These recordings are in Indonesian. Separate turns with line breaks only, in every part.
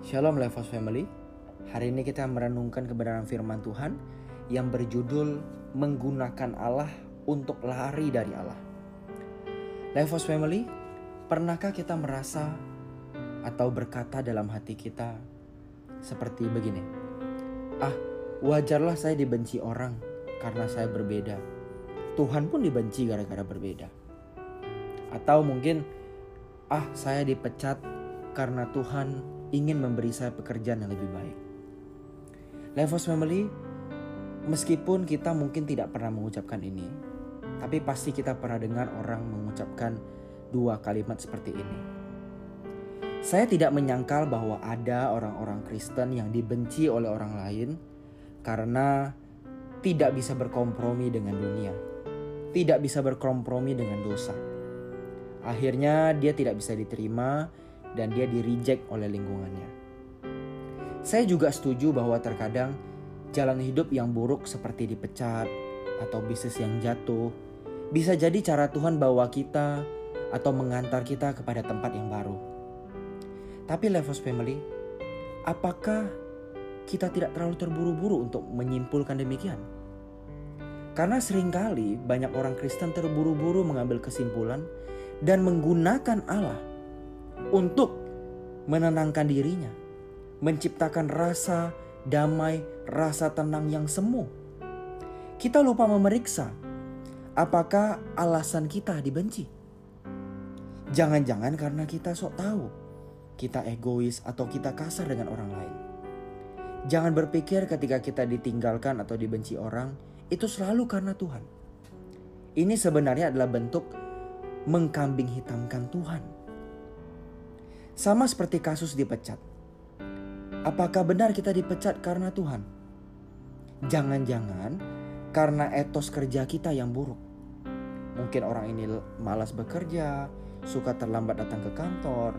Shalom Levos Family. Hari ini kita merenungkan kebenaran firman Tuhan yang berjudul menggunakan Allah untuk lari dari Allah. Levos Family, pernahkah kita merasa atau berkata dalam hati kita seperti begini? Wajarlah saya dibenci orang karena saya berbeda. Tuhan pun dibenci gara-gara berbeda. Atau mungkin, saya dipecat karena Tuhan ingin memberi saya pekerjaan yang lebih baik. Levos Family, meskipun kita mungkin tidak pernah mengucapkan ini, tapi pasti kita pernah dengar orang mengucapkan dua kalimat seperti ini. Saya tidak menyangkal bahwa ada orang-orang Kristen yang dibenci oleh orang lain karena tidak bisa berkompromi dengan dunia, tidak bisa berkompromi dengan dosa. Akhirnya dia tidak bisa diterima dan dia di-reject oleh lingkungannya. Saya juga setuju bahwa terkadang jalan hidup yang buruk seperti dipecat atau bisnis yang jatuh bisa jadi cara Tuhan bawa kita atau mengantar kita kepada tempat yang baru. Tapi Levos Family, apakah kita tidak terlalu terburu-buru untuk menyimpulkan demikian? Karena seringkali banyak orang Kristen terburu-buru mengambil kesimpulan dan menggunakan Allah untuk menenangkan dirinya, menciptakan rasa damai, rasa tenang yang semu. Kita lupa memeriksa apakah alasan kita dibenci. Jangan-jangan karena kita sok tahu, kita egois atau kita kasar dengan orang lain. Jangan berpikir ketika kita ditinggalkan atau dibenci orang, itu selalu karena Tuhan. Ini sebenarnya adalah bentuk mengkambing hitamkan Tuhan. Sama seperti kasus dipecat. Apakah benar kita dipecat karena Tuhan? Jangan-jangan karena etos kerja kita yang buruk. Mungkin orang ini malas bekerja, suka terlambat datang ke kantor.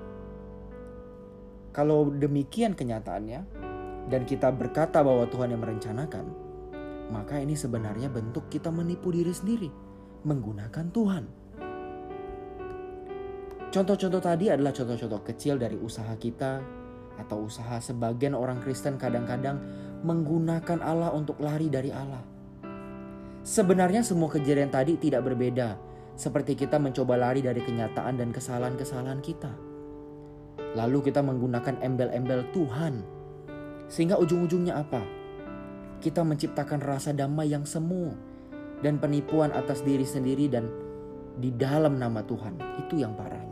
Kalau demikian kenyataannya, dan kita berkata bahwa Tuhan yang merencanakan, maka ini sebenarnya bentuk kita menipu diri sendiri, menggunakan Tuhan. Contoh-contoh tadi adalah contoh-contoh kecil dari usaha kita atau usaha sebagian orang Kristen kadang-kadang menggunakan Allah untuk lari dari Allah. Sebenarnya semua kejadian tadi tidak berbeda seperti kita mencoba lari dari kenyataan dan kesalahan-kesalahan kita. Lalu kita menggunakan embel-embel Tuhan. Sehingga ujung-ujungnya apa? Kita menciptakan rasa damai yang semu dan penipuan atas diri sendiri dan di dalam nama Tuhan. Itu yang parahnya.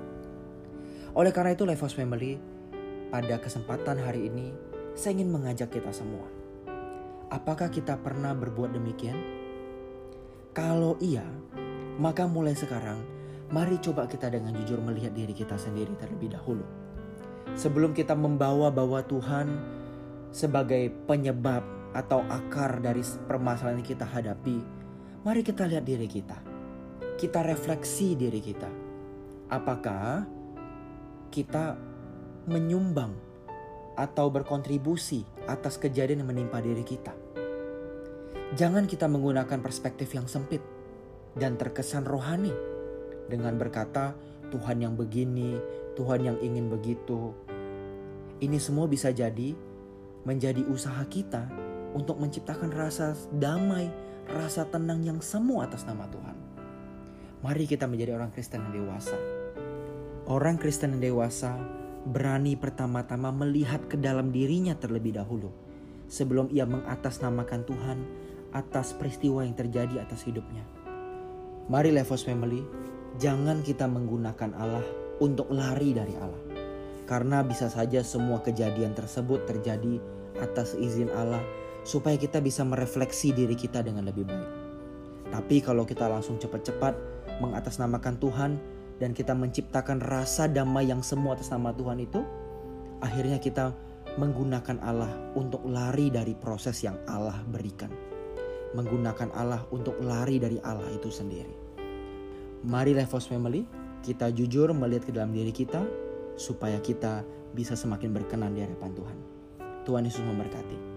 Oleh karena itu Levos Family, pada kesempatan hari ini saya ingin mengajak kita semua. Apakah kita pernah berbuat demikian? Kalau iya, maka mulai sekarang mari coba kita dengan jujur melihat diri kita sendiri terlebih dahulu. Sebelum kita membawa Tuhan sebagai penyebab atau akar dari permasalahan yang kita hadapi, mari kita lihat diri kita. Kita refleksi diri kita. Apakah kita menyumbang atau berkontribusi atas kejadian yang menimpa diri kita? Jangan kita menggunakan perspektif yang sempit dan terkesan rohani dengan berkata Tuhan yang begini, Tuhan yang ingin begitu. Ini semua bisa jadi menjadi usaha kita untuk menciptakan rasa damai, rasa tenang yang semu atas nama Tuhan. Mari kita menjadi orang Kristen yang dewasa. Orang Kristen yang dewasa berani pertama-tama melihat ke dalam dirinya terlebih dahulu sebelum ia mengatasnamakan Tuhan atas peristiwa yang terjadi atas hidupnya. Mari Levos Family, jangan kita menggunakan Allah untuk lari dari Allah. Karena bisa saja semua kejadian tersebut terjadi atas izin Allah supaya kita bisa merefleksi diri kita dengan lebih baik. Tapi kalau kita langsung cepat-cepat mengatasnamakan Tuhan dan kita menciptakan rasa damai yang semu atas nama Tuhan itu, akhirnya kita menggunakan Allah untuk lari dari proses yang Allah berikan. Menggunakan Allah untuk lari dari Allah itu sendiri. Mari Levos Family, kita jujur melihat ke dalam diri kita supaya kita bisa semakin berkenan di hadapan Tuhan. Tuhan Yesus memberkati.